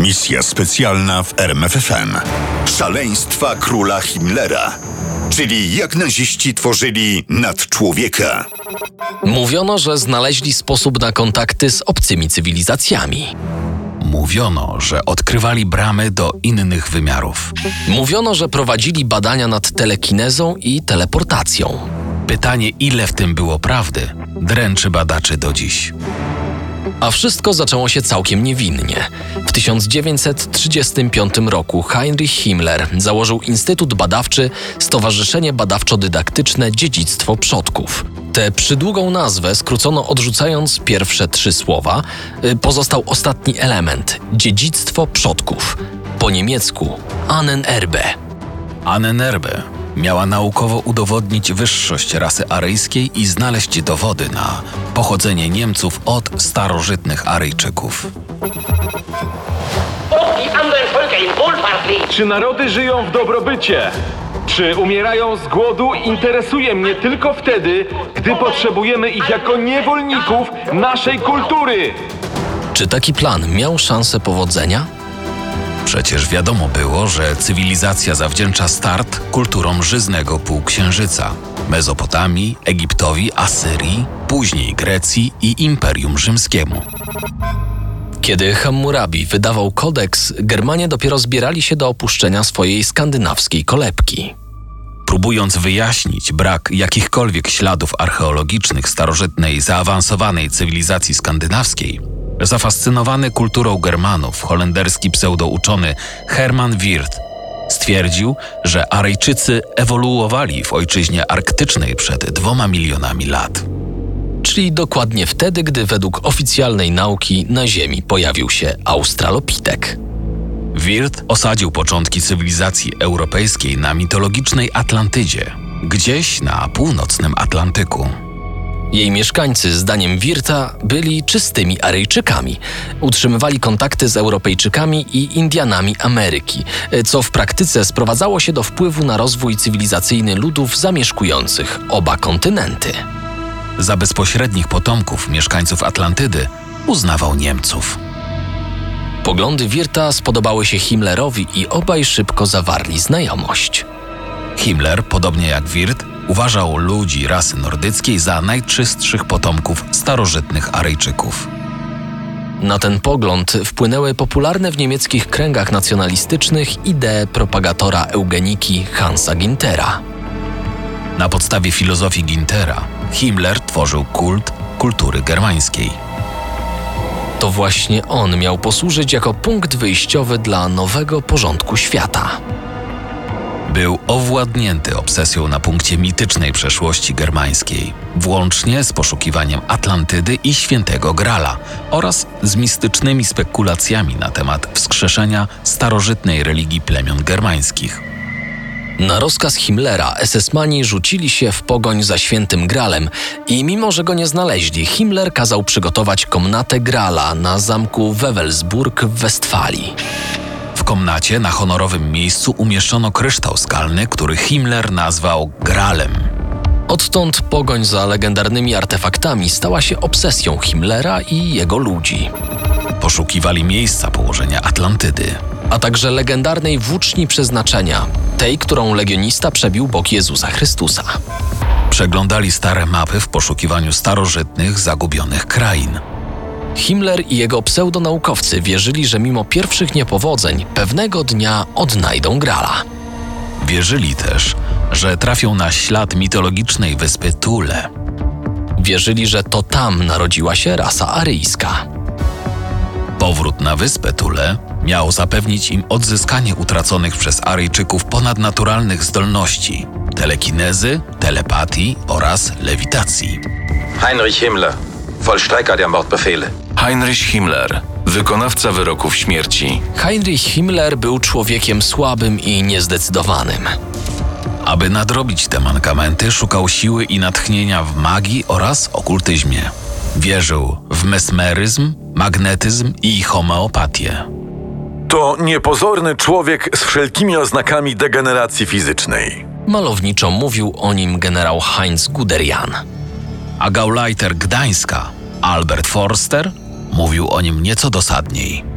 Misja specjalna w RMFFM. Szaleństwa króla Himmlera. Czyli jak naziści tworzyli nadczłowieka. Mówiono, że znaleźli sposób na kontakty z obcymi cywilizacjami. Mówiono, że odkrywali bramy do innych wymiarów. Mówiono, że prowadzili badania nad telekinezą i teleportacją. Pytanie, ile w tym było prawdy, dręczy badaczy do dziś. A wszystko zaczęło się całkiem niewinnie. W 1935 roku Heinrich Himmler założył Instytut Badawczy Stowarzyszenie Badawczo-Dydaktyczne Dziedzictwo Przodków. Tę przydługą nazwę skrócono, odrzucając pierwsze 3 słowa. Pozostał ostatni element – dziedzictwo przodków. Po niemiecku Ahnenerbe. Ahnenerbe miała naukowo udowodnić wyższość rasy aryjskiej i znaleźć dowody na pochodzenie Niemców od starożytnych Aryjczyków. Czy narody żyją w dobrobycie? Czy umierają z głodu, interesuje mnie tylko wtedy, gdy potrzebujemy ich jako niewolników naszej kultury. Czy taki plan miał szansę powodzenia? Przecież wiadomo było, że cywilizacja zawdzięcza start kulturom żyznego półksiężyca, Mezopotamii, Egiptowi, Asyrii, później Grecji i Imperium Rzymskiemu. Kiedy Hammurabi wydawał kodeks, Germanie dopiero zbierali się do opuszczenia swojej skandynawskiej kolebki. Próbując wyjaśnić brak jakichkolwiek śladów archeologicznych starożytnej, zaawansowanej cywilizacji skandynawskiej, zafascynowany kulturą Germanów holenderski pseudouczony Herman Wirth stwierdził, że Aryjczycy ewoluowali w ojczyźnie arktycznej przed 2 milionami lat. Czyli dokładnie wtedy, gdy według oficjalnej nauki na Ziemi pojawił się Australopitek. Wirth osadził początki cywilizacji europejskiej na mitologicznej Atlantydzie, gdzieś na północnym Atlantyku. Jej mieszkańcy, zdaniem Wirtha, byli czystymi Aryjczykami. Utrzymywali kontakty z Europejczykami i Indianami Ameryki, co w praktyce sprowadzało się do wpływu na rozwój cywilizacyjny ludów zamieszkujących oba kontynenty. Za bezpośrednich potomków mieszkańców Atlantydy uznawał Niemców. Poglądy Wirtha spodobały się Himmlerowi i obaj szybko zawarli znajomość. Himmler, podobnie jak Wirth, uważał ludzi rasy nordyckiej za najczystszych potomków starożytnych Aryjczyków. Na ten pogląd wpłynęły popularne w niemieckich kręgach nacjonalistycznych idee propagatora eugeniki Hansa Gintera. Na podstawie filozofii Gintera Himmler tworzył kult kultury germańskiej. To właśnie on miał posłużyć jako punkt wyjściowy dla nowego porządku świata. Był owładnięty obsesją na punkcie mitycznej przeszłości germańskiej, włącznie z poszukiwaniem Atlantydy i Świętego Grala oraz z mistycznymi spekulacjami na temat wskrzeszenia starożytnej religii plemion germańskich. Na rozkaz Himmlera SS-mani rzucili się w pogoń za Świętym Gralem i mimo, że go nie znaleźli, Himmler kazał przygotować komnatę Grala na zamku Wewelsburg w Westfalii. W komnacie na honorowym miejscu umieszczono kryształ skalny, który Himmler nazwał Gralem. Odtąd pogoń za legendarnymi artefaktami stała się obsesją Himmlera i jego ludzi. Poszukiwali miejsca położenia Atlantydy, a także legendarnej włóczni przeznaczenia, tej, którą legionista przebił bok Jezusa Chrystusa. Przeglądali stare mapy w poszukiwaniu starożytnych, zagubionych krain. Himmler i jego pseudonaukowcy wierzyli, że mimo pierwszych niepowodzeń pewnego dnia odnajdą Grala. Wierzyli też, że trafią na ślad mitologicznej wyspy Thule. Wierzyli, że to tam narodziła się rasa aryjska. Powrót na wyspę Thule miał zapewnić im odzyskanie utraconych przez Aryjczyków ponadnaturalnych zdolności – telekinezy, telepatii oraz lewitacji. Heinrich Himmler, Vollstrecker der Mordbefehle. Heinrich Himmler, wykonawca wyroków śmierci. Heinrich Himmler był człowiekiem słabym i niezdecydowanym. Aby nadrobić te mankamenty, szukał siły i natchnienia w magii oraz okultyzmie. Wierzył w mesmeryzm, magnetyzm i homeopatię. To niepozorny człowiek z wszelkimi oznakami degeneracji fizycznej. Malowniczo mówił o nim generał Heinz Guderian. A Gauleiter Gdańska, Albert Forster, mówił o nim nieco dosadniej.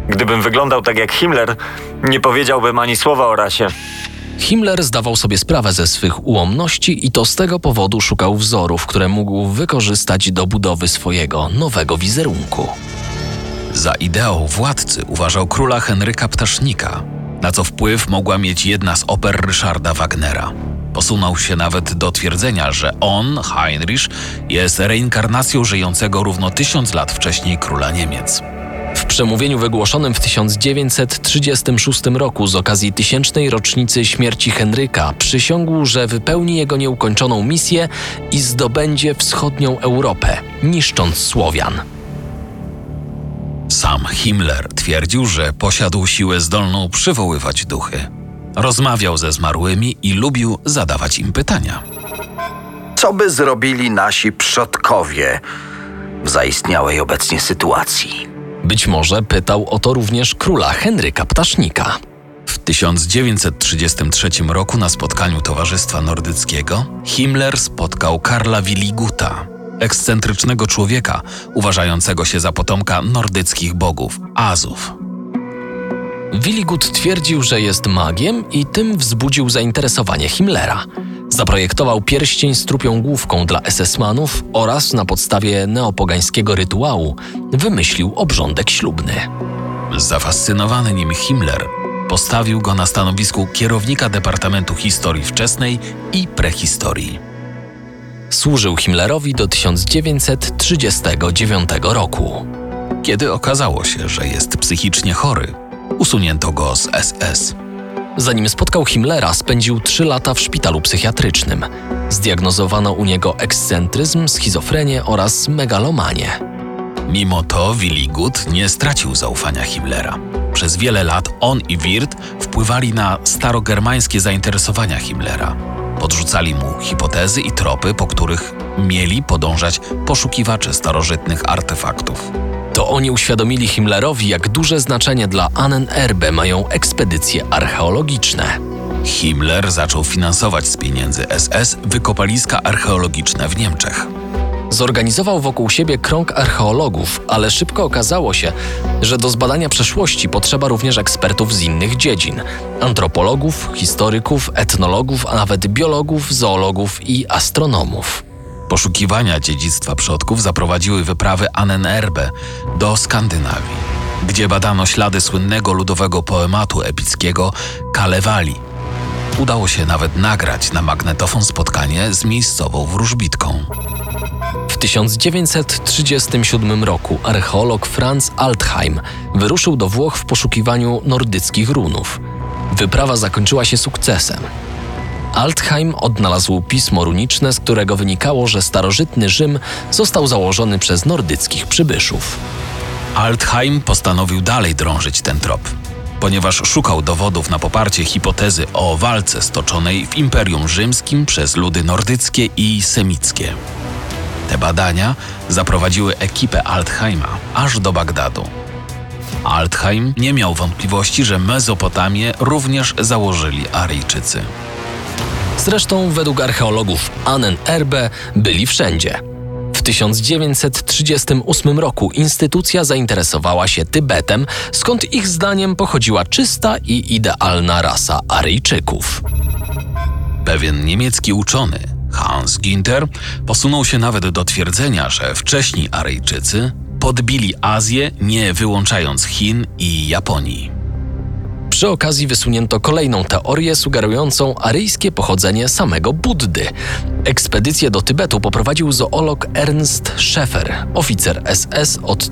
Gdybym wyglądał tak jak Himmler, nie powiedziałbym ani słowa o rasie. Himmler zdawał sobie sprawę ze swych ułomności i to z tego powodu szukał wzorów, które mógł wykorzystać do budowy swojego nowego wizerunku. Za ideał władcy uważał króla Henryka Ptasznika, na co wpływ mogła mieć jedna z oper Ryszarda Wagnera. Posunął się nawet do twierdzenia, że on, Heinrich, jest reinkarnacją żyjącego równo 1000 lat wcześniej króla Niemiec. W przemówieniu wygłoszonym w 1936 roku z okazji 1000. rocznicy śmierci Henryka przysiągł, że wypełni jego nieukończoną misję i zdobędzie wschodnią Europę, niszcząc Słowian. Sam Himmler twierdził, że posiadł siłę zdolną przywoływać duchy. Rozmawiał ze zmarłymi i lubił zadawać im pytania. Co by zrobili nasi przodkowie w zaistniałej obecnie sytuacji? Być może pytał o to również króla Henryka Ptasznika. W 1933 roku na spotkaniu Towarzystwa Nordyckiego Himmler spotkał Karla Williguta, ekscentrycznego człowieka uważającego się za potomka nordyckich bogów, Azów. Willigut twierdził, że jest magiem i tym wzbudził zainteresowanie Himmlera. Zaprojektował pierścień z trupią główką dla SS-manów oraz na podstawie neopogańskiego rytuału wymyślił obrządek ślubny. Zafascynowany nim Himmler postawił go na stanowisku kierownika Departamentu Historii Wczesnej i Prehistorii. Służył Himmlerowi do 1939 roku. Kiedy okazało się, że jest psychicznie chory, usunięto go z SS. Zanim spotkał Himmlera, spędził 3 lata w szpitalu psychiatrycznym. Zdiagnozowano u niego ekscentryzm, schizofrenię oraz megalomanię. Mimo to Willigut nie stracił zaufania Himmlera. Przez wiele lat on i Wirth wpływali na starogermańskie zainteresowania Himmlera. Podrzucali mu hipotezy i tropy, po których mieli podążać poszukiwacze starożytnych artefaktów. To oni uświadomili Himmlerowi, jak duże znaczenie dla Ahnenerbe mają ekspedycje archeologiczne. Himmler zaczął finansować z pieniędzy SS wykopaliska archeologiczne w Niemczech. Zorganizował wokół siebie krąg archeologów, ale szybko okazało się, że do zbadania przeszłości potrzeba również ekspertów z innych dziedzin. Antropologów, historyków, etnologów, a nawet biologów, zoologów i astronomów. Poszukiwania dziedzictwa przodków zaprowadziły wyprawy Ahnenerbe do Skandynawii, gdzie badano ślady słynnego ludowego poematu epickiego Kalewali. Udało się nawet nagrać na magnetofon spotkanie z miejscową wróżbitką. W 1937 roku archeolog Franz Altheim wyruszył do Włoch w poszukiwaniu nordyckich runów. Wyprawa zakończyła się sukcesem. Altheim odnalazł pismo runiczne, z którego wynikało, że starożytny Rzym został założony przez nordyckich przybyszów. Altheim postanowił dalej drążyć ten trop, ponieważ szukał dowodów na poparcie hipotezy o walce stoczonej w Imperium Rzymskim przez ludy nordyckie i semickie. Te badania zaprowadziły ekipę Altheima aż do Bagdadu. Altheim nie miał wątpliwości, że Mezopotamię również założyli Aryjczycy. Zresztą według archeologów Ahnenerbe byli wszędzie. W 1938 roku instytucja zainteresowała się Tybetem, skąd ich zdaniem pochodziła czysta i idealna rasa Aryjczyków. Pewien niemiecki uczony, Hans Günther, posunął się nawet do twierdzenia, że wcześniej Aryjczycy podbili Azję, nie wyłączając Chin i Japonii. Przy okazji wysunięto kolejną teorię sugerującą aryjskie pochodzenie samego Buddy. Ekspedycję do Tybetu poprowadził zoolog Ernst Schäfer, oficer SS od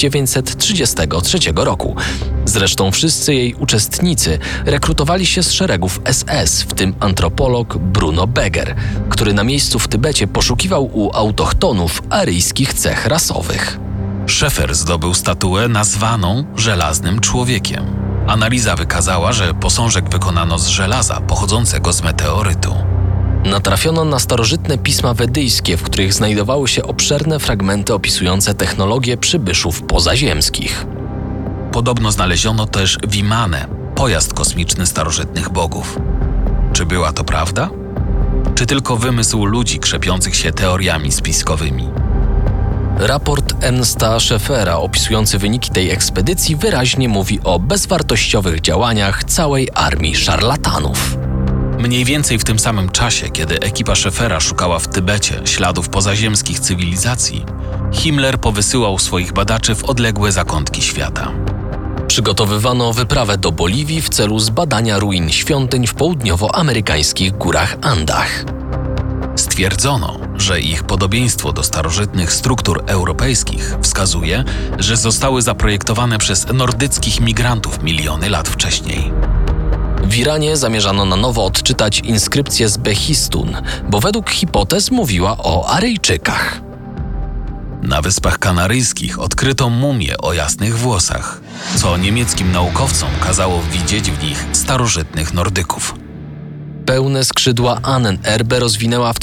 1933 roku. Zresztą wszyscy jej uczestnicy rekrutowali się z szeregów SS, w tym antropolog Bruno Beger, który na miejscu w Tybecie poszukiwał u autochtonów aryjskich cech rasowych. Schäfer zdobył statuę nazwaną Żelaznym Człowiekiem. Analiza wykazała, że posążek wykonano z żelaza pochodzącego z meteorytu. Natrafiono na starożytne pisma wedyjskie, w których znajdowały się obszerne fragmenty opisujące technologię przybyszów pozaziemskich. Podobno znaleziono też Vimanę, pojazd kosmiczny starożytnych bogów. Czy była to prawda? Czy tylko wymysł ludzi krzepiących się teoriami spiskowymi? Raport Ernsta Schäfera opisujący wyniki tej ekspedycji wyraźnie mówi o bezwartościowych działaniach całej armii szarlatanów. Mniej więcej w tym samym czasie, kiedy ekipa Schäfera szukała w Tybecie śladów pozaziemskich cywilizacji, Himmler powysyłał swoich badaczy w odległe zakątki świata. Przygotowywano wyprawę do Boliwii w celu zbadania ruin świątyń w południowoamerykańskich górach Andach. Stwierdzono, że ich podobieństwo do starożytnych struktur europejskich wskazuje, że zostały zaprojektowane przez nordyckich migrantów miliony lat wcześniej. W Iranie zamierzano na nowo odczytać inskrypcję z Behistun, bo według hipotez mówiła o Aryjczykach. Na Wyspach Kanaryjskich odkryto mumie o jasnych włosach, co niemieckim naukowcom kazało widzieć w nich starożytnych Nordyków. Pełne skrzydła Ahnenerbe rozwinęła w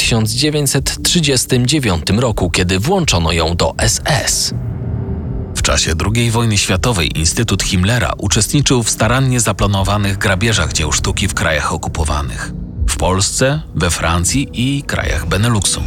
1939 roku, kiedy włączono ją do SS. W czasie II wojny światowej Instytut Himmlera uczestniczył w starannie zaplanowanych grabieżach dzieł sztuki w krajach okupowanych. W Polsce, we Francji i krajach Beneluxu.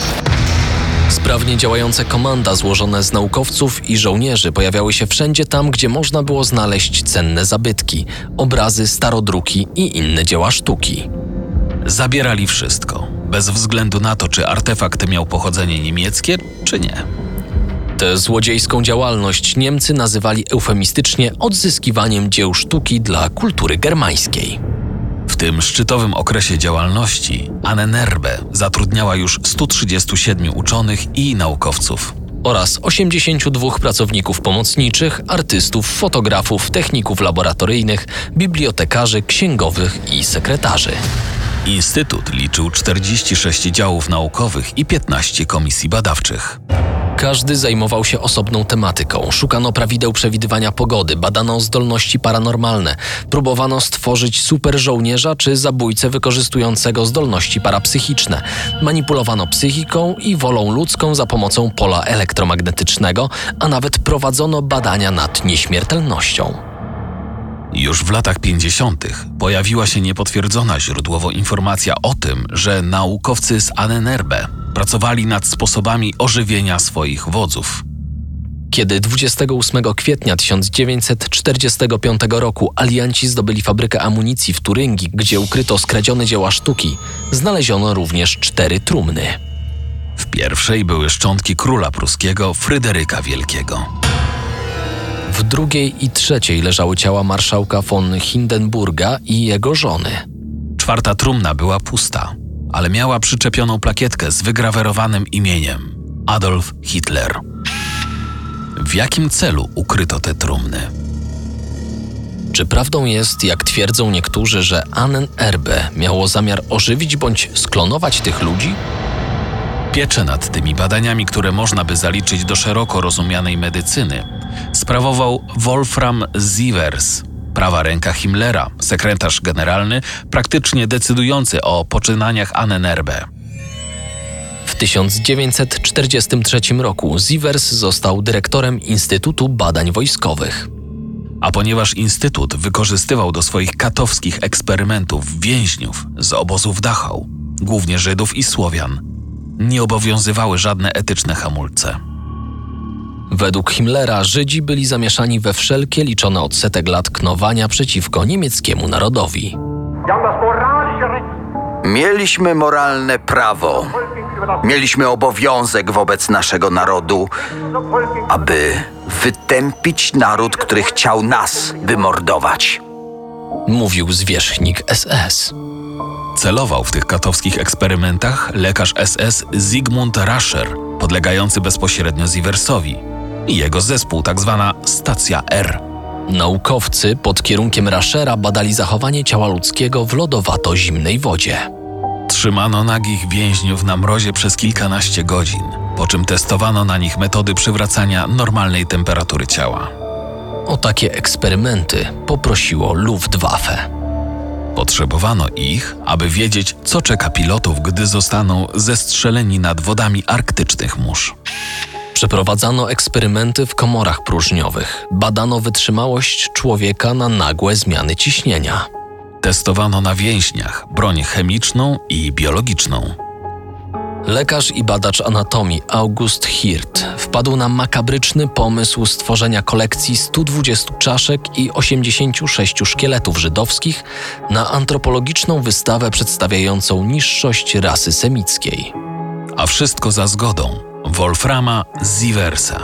Sprawnie działające komanda złożone z naukowców i żołnierzy pojawiały się wszędzie tam, gdzie można było znaleźć cenne zabytki, obrazy, starodruki i inne dzieła sztuki. Zabierali wszystko, bez względu na to, czy artefakt miał pochodzenie niemieckie, czy nie. Tę złodziejską działalność Niemcy nazywali eufemistycznie odzyskiwaniem dzieł sztuki dla kultury germańskiej. W tym szczytowym okresie działalności Ahnenerbe zatrudniała już 137 uczonych i naukowców oraz 82 pracowników pomocniczych, artystów, fotografów, techników laboratoryjnych, bibliotekarzy, księgowych i sekretarzy. Instytut liczył 46 działów naukowych i 15 komisji badawczych. Każdy zajmował się osobną tematyką. Szukano prawideł przewidywania pogody, badano zdolności paranormalne, próbowano stworzyć super żołnierza czy zabójcę wykorzystującego zdolności parapsychiczne. Manipulowano psychiką i wolą ludzką za pomocą pola elektromagnetycznego, a nawet prowadzono badania nad nieśmiertelnością. Już w latach 50. pojawiła się niepotwierdzona źródłowo informacja o tym, że naukowcy z Ahnenerbe pracowali nad sposobami ożywienia swoich wodzów. Kiedy 28 kwietnia 1945 roku alianci zdobyli fabrykę amunicji w Turyngii, gdzie ukryto skradzione dzieła sztuki, znaleziono również 4 trumny. W pierwszej były szczątki króla pruskiego Fryderyka Wielkiego. W drugiej i trzeciej leżały ciała marszałka von Hindenburga i jego żony. 4. trumna była pusta, ale miała przyczepioną plakietkę z wygrawerowanym imieniem Adolf Hitler. W jakim celu ukryto te trumny? Czy prawdą jest, jak twierdzą niektórzy, że Ahnenerbe miało zamiar ożywić bądź sklonować tych ludzi? Pieczę nad tymi badaniami, które można by zaliczyć do szeroko rozumianej medycyny, sprawował Wolfram Sievers, prawa ręka Himmlera, sekretarz generalny, praktycznie decydujący o poczynaniach Ahnenerbe. W 1943 roku Sievers został dyrektorem Instytutu Badań Wojskowych. A ponieważ Instytut wykorzystywał do swoich katowskich eksperymentów więźniów z obozów Dachau, głównie Żydów i Słowian, nie obowiązywały żadne etyczne hamulce. Według Himmlera Żydzi byli zamieszani we wszelkie liczone od setek lat knowania przeciwko niemieckiemu narodowi. Mieliśmy moralne prawo, mieliśmy obowiązek wobec naszego narodu, aby wytępić naród, który chciał nas wymordować. Mówił zwierzchnik SS. Celował w tych katowskich eksperymentach lekarz SS Zygmunt Rascher, podlegający bezpośrednio Sieversowi, i jego zespół, tzw. Stacja R. Naukowcy pod kierunkiem Raschera badali zachowanie ciała ludzkiego w lodowato-zimnej wodzie. Trzymano nagich więźniów na mrozie przez kilkanaście godzin, po czym testowano na nich metody przywracania normalnej temperatury ciała. O takie eksperymenty poprosiło Luftwaffe. Potrzebowano ich, aby wiedzieć, co czeka pilotów, gdy zostaną zestrzeleni nad wodami arktycznych mórz. Przeprowadzano eksperymenty w komorach próżniowych. Badano wytrzymałość człowieka na nagłe zmiany ciśnienia. Testowano na więźniach broń chemiczną i biologiczną. Lekarz i badacz anatomii August Hirt wpadł na makabryczny pomysł stworzenia kolekcji 120 czaszek i 86 szkieletów żydowskich na antropologiczną wystawę przedstawiającą niższość rasy semickiej. A wszystko za zgodą Wolframa Sieversa.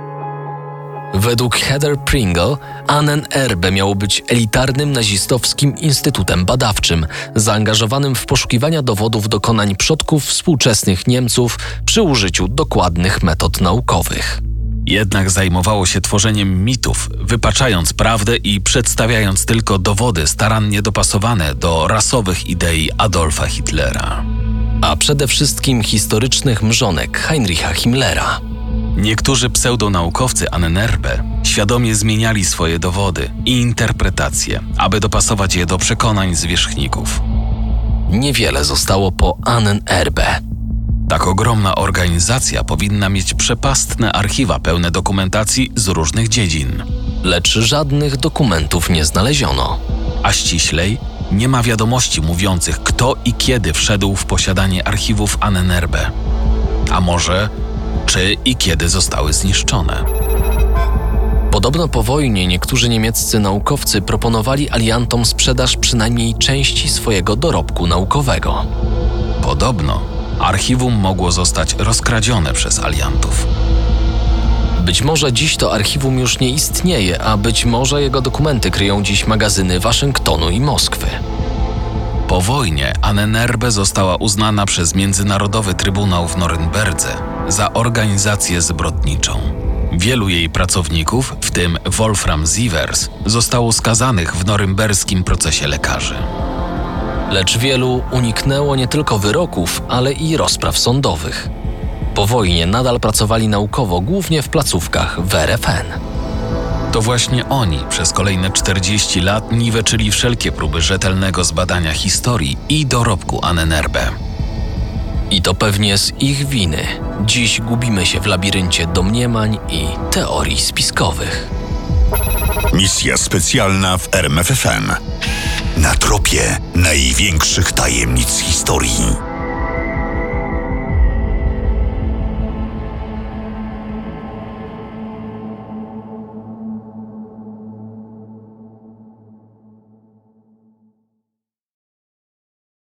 Według Heather Pringle Ahnenerbe miało być elitarnym nazistowskim instytutem badawczym, zaangażowanym w poszukiwania dowodów dokonań przodków współczesnych Niemców przy użyciu dokładnych metod naukowych. Jednak zajmowało się tworzeniem mitów, wypaczając prawdę i przedstawiając tylko dowody starannie dopasowane do rasowych idei Adolfa Hitlera. A przede wszystkim historycznych mrzonek Heinricha Himmlera. Niektórzy pseudonaukowcy Ahnenerbe świadomie zmieniali swoje dowody i interpretacje, aby dopasować je do przekonań zwierzchników. Niewiele zostało po Ahnenerbe. Tak ogromna organizacja powinna mieć przepastne archiwa pełne dokumentacji z różnych dziedzin. Lecz żadnych dokumentów nie znaleziono. A ściślej, nie ma wiadomości mówiących, kto i kiedy wszedł w posiadanie archiwów Ahnenerbe. A może czy i kiedy zostały zniszczone. Podobno po wojnie niektórzy niemieccy naukowcy proponowali aliantom sprzedaż przynajmniej części swojego dorobku naukowego. Podobno archiwum mogło zostać rozkradzione przez aliantów. Być może dziś to archiwum już nie istnieje, a być może jego dokumenty kryją dziś magazyny Waszyngtonu i Moskwy. Po wojnie Ahnenerbe została uznana przez Międzynarodowy Trybunał w Norymberdze za organizację zbrodniczą. Wielu jej pracowników, w tym Wolfram Sievers, zostało skazanych w norymberskim procesie lekarzy. Lecz wielu uniknęło nie tylko wyroków, ale i rozpraw sądowych. Po wojnie nadal pracowali naukowo, głównie w placówkach w RFN. To właśnie oni przez kolejne 40 lat niweczyli wszelkie próby rzetelnego zbadania historii i dorobku Ahnenerbe. I to pewnie z ich winy dziś gubimy się w labiryncie domniemań i teorii spiskowych. Misja specjalna w RMFFM. Na tropie największych tajemnic historii.